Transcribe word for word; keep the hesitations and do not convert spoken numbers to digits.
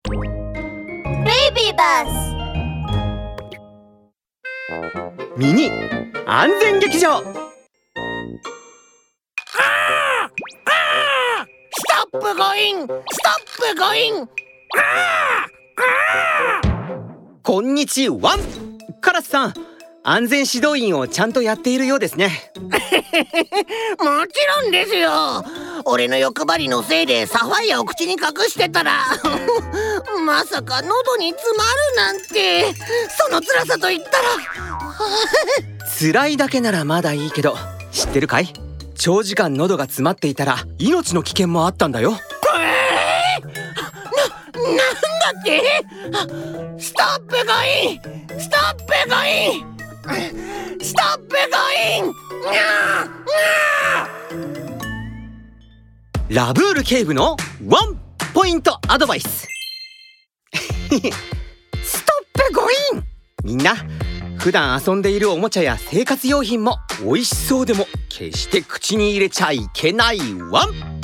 ベイビーバスミニ安全劇場。 ストップゴインストップゴイン。 こんにちは。カラスさん、安全指導員をちゃんとやっているようですね。 もちろんですよ。俺の欲張りのせいでサファイアを口に隠してたらまさか喉に詰まるなんて。その辛さと言ったら辛いだけならまだいいけど、知ってるかい？長時間喉が詰まっていたら命の危険もあったんだよ。 えー、な、なんだって？ストップゴインストップゴインストップゴイン。 ラブール警部のワンポイントアドバイス。ストップゴイン。みんな、普段遊んでいるおもちゃや生活用品も美味しそうでも決して口に入れちゃいけないワン。